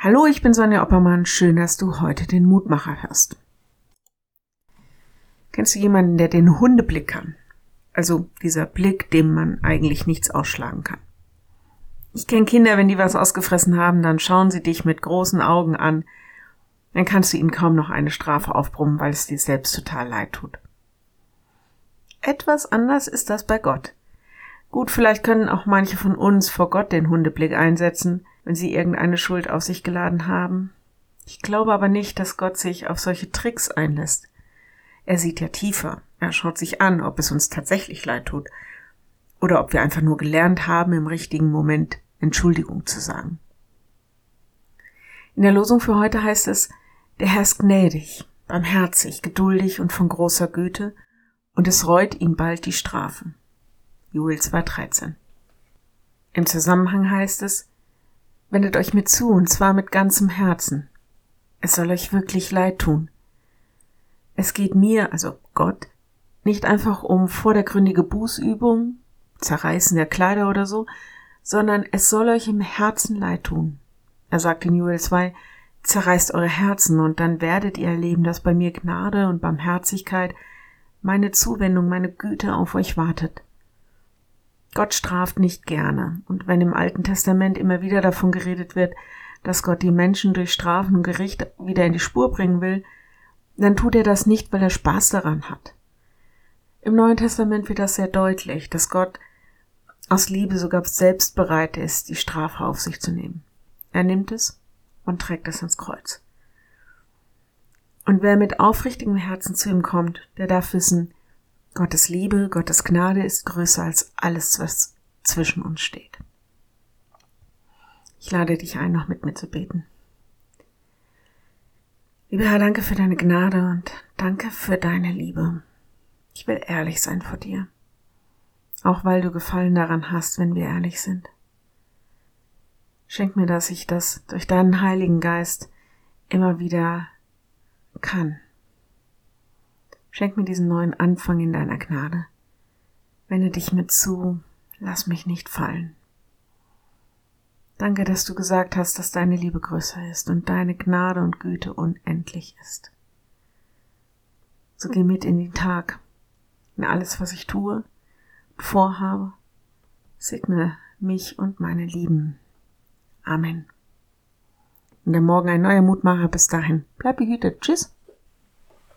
Hallo, ich bin Sonja Oppermann. Schön, dass du heute den Mutmacher hörst. Kennst du jemanden, der den Hundeblick kann? Also dieser Blick, dem man eigentlich nichts ausschlagen kann. Ich kenne Kinder, wenn die was ausgefressen haben, dann schauen sie dich mit großen Augen an. Dann kannst du ihnen kaum noch eine Strafe aufbrummen, weil es dir selbst total leid tut. Etwas anders ist das bei Gott. Gut, vielleicht können auch manche von uns vor Gott den Hundeblick einsetzen, wenn sie irgendeine Schuld auf sich geladen haben. Ich glaube aber nicht, dass Gott sich auf solche Tricks einlässt. Er sieht ja tiefer. Er schaut sich an, ob es uns tatsächlich leid tut oder ob wir einfach nur gelernt haben, im richtigen Moment Entschuldigung zu sagen. In der Losung für heute heißt es: Der Herr ist gnädig, barmherzig, geduldig und von großer Güte, und es reut ihn bald die Strafe. Joel 2,13. Im Zusammenhang heißt es: Wendet euch mir zu, und zwar mit ganzem Herzen. Es soll euch wirklich leid tun. Es geht mir, also Gott, nicht einfach um vordergründige Bußübung, Zerreißen der Kleider oder so, sondern es soll euch im Herzen leid tun. Er sagt in Joel 2, zerreißt eure Herzen, und dann werdet ihr erleben, dass bei mir Gnade und Barmherzigkeit, meine Zuwendung, meine Güte auf euch wartet. Gott straft nicht gerne, und wenn im Alten Testament immer wieder davon geredet wird, dass Gott die Menschen durch Strafen und Gericht wieder in die Spur bringen will, dann tut er das nicht, weil er Spaß daran hat. Im Neuen Testament wird das sehr deutlich, dass Gott aus Liebe sogar selbst bereit ist, die Strafe auf sich zu nehmen. Er nimmt es und trägt es ans Kreuz. Und wer mit aufrichtigem Herzen zu ihm kommt, der darf wissen, Gottes Liebe, Gottes Gnade ist größer als alles, was zwischen uns steht. Ich lade dich ein, noch mit mir zu beten. Lieber Herr, danke für deine Gnade und danke für deine Liebe. Ich will ehrlich sein vor dir, auch weil du Gefallen daran hast, wenn wir ehrlich sind. Schenk mir, dass ich das durch deinen Heiligen Geist immer wieder kann. Schenk mir diesen neuen Anfang in deiner Gnade. Wende dich mir zu, lass mich nicht fallen. Danke, dass du gesagt hast, dass deine Liebe größer ist und deine Gnade und Güte unendlich ist. So geh mit in den Tag, in alles, was ich tue und vorhabe. Segne mich und meine Lieben. Amen. Und der Morgen ein neuer Mutmacher. Bis dahin. Bleib behütet. Tschüss.